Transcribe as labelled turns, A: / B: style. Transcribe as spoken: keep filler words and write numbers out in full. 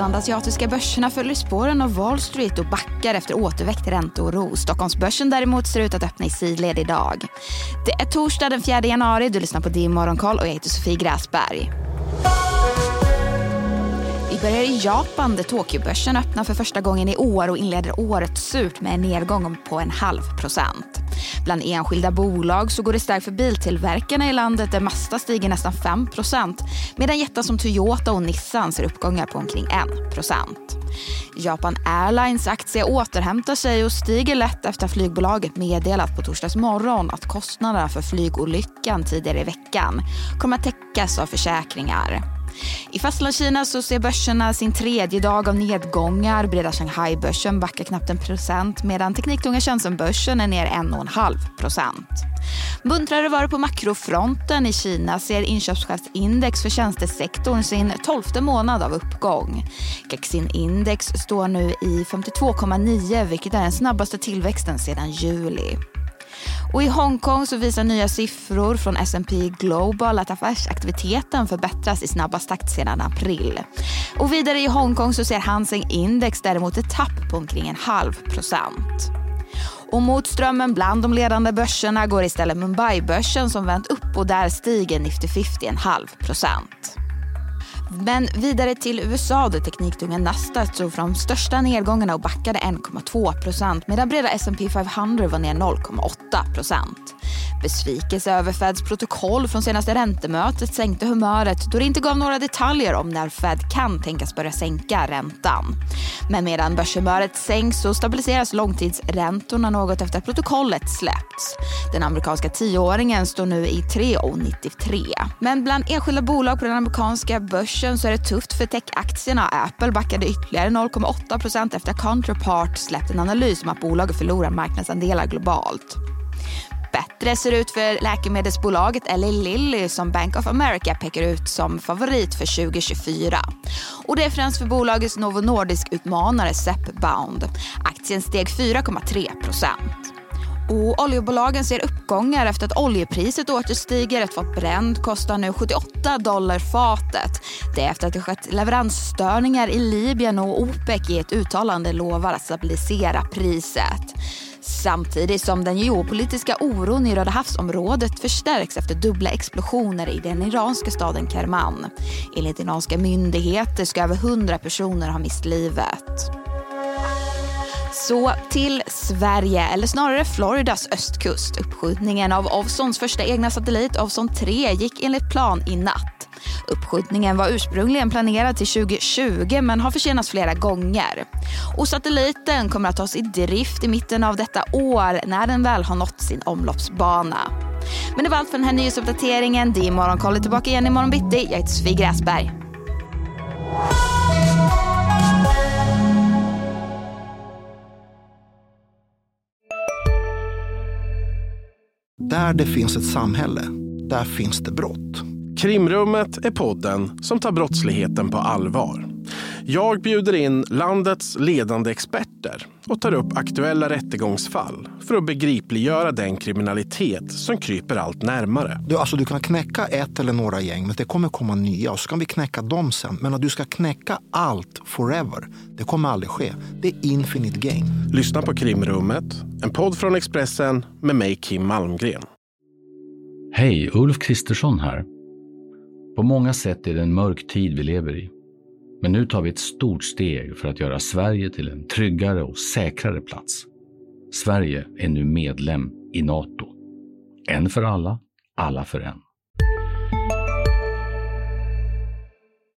A: ledande asiatiska börserna följer spåren av Wall Street och backar efter återväckt ränteoro. Stockholmsbörsen däremot ser ut att öppna i sidled idag. Det är torsdag den fjärde januari, du lyssnar på D I Morgonkoll och jag heter Sofie Gräsberg. Vi börjar i Japan där Tokyobörsen öppnar för första gången i år och inleder året surt med en nedgång på en halv procent. Bland enskilda bolag så går det starkt för biltillverkarna i landet där Mazda stiger nästan fem procent medan jättar som Toyota och Nissan ser uppgångar på omkring en procent. Japan Airlines aktie återhämtar sig och stiger lätt efter att flygbolaget meddelat på torsdags morgon att kostnaderna för flygolyckan tidigare i veckan kommer att täckas av försäkringar. I Fastlandskina så ser börserna sin tredje dag av nedgångar. Breda Shanghai-börsen backar knappt en procent medan tekniktunga Shenzhen-börsen är ner en och en halv procent. Buntrare var det på makrofronten. I Kina ser inköpschefsindex för tjänstesektorn sin tolfte månad av uppgång. Caixin-index står nu i femtiotvå komma nio vilket är den snabbaste tillväxten sedan juli. Och i Hongkong så visar nya siffror från S and P Global att affärsaktiviteten förbättras i snabbast takt sedan april. Och vidare i Hongkong så ser Hang Seng-index däremot ett tapp på omkring en halv procent. Och mot strömmen bland de ledande börserna går istället Mumbai-börsen som vänt upp och där stiger Nifty femtio en halv procent. Men vidare till U S A där tekniktunga Nasdaq stod för de största nedgångarna och backade en komma två procent medan breda S and P femhundra var ner noll komma åtta procent. Besvikelse över Feds protokoll från senaste räntemötet sänkte humöret då det inte gav några detaljer om när Fed kan tänkas börja sänka räntan. Men medan börshumöret sänks så stabiliseras långtidsräntorna något efter att protokollet släppts. Den amerikanska tioåringen står nu i tre komma nittiotre. Men bland enskilda bolag på den amerikanska börsen så är det tufft för tech-aktierna. Apple backade ytterligare noll komma åtta procent efter Counterpart släppte en analys om att bolaget förlorar marknadsandelar globalt. Bättre ser ut för läkemedelsbolaget Eli Lilly som Bank of America pekar ut som favorit för tjugo tjugofyra. Och det är främst för bolagets Novo Nordisk-utmanare Zepbound. Aktien steg fyra komma tre procent. Och oljebolagen ser uppgångar efter att oljepriset återstiger. Ett fat Brent kostar nu sjuttioåtta dollar fatet. Det är efter att det skett leveransstörningar i Libyen och OPEC i ett uttalande lovar att stabilisera priset. Samtidigt som den geopolitiska oron i Röda havsområdet förstärks efter dubbla explosioner i den iranska staden Kerman. Enligt iranska myndigheter ska över hundra personer ha mist livet. Så till Sverige, eller snarare Floridas östkust. Uppskjutningen av Ovsons första egna satellit Ovzon tre gick enligt plan i natt. Uppskjutningen var ursprungligen planerad till tjugo tjugo men har försenats flera gånger. Och satelliten kommer att tas i drift i mitten av detta år när den väl har nått sin omloppsbana. Men det var allt för den här nyhetsuppdateringen. Det är Morgonkoll tillbaka igen imorgon bitti. Jag heter Sofie Gräsberg.
B: Där det finns ett samhälle, där finns det brott.
C: Krimrummet är podden som tar brottsligheten på allvar. Jag bjuder in landets ledande experter och tar upp aktuella rättegångsfall för att begripliggöra den kriminalitet som kryper allt närmare.
B: Du, alltså, du kan knäcka ett eller några gäng, men det kommer komma nya och så kan vi knäcka dem sen. Men att du ska knäcka allt forever, det kommer aldrig ske. Det är infinite gain.
C: Lyssna på Krimrummet, en podd från Expressen med mig Kim Malmgren.
D: Hej, Ulf Kristersson här. På många sätt är det en mörk tid vi lever i. Men nu tar vi ett stort steg för att göra Sverige till en tryggare och säkrare plats. Sverige är nu medlem i NATO. En för alla, alla för en.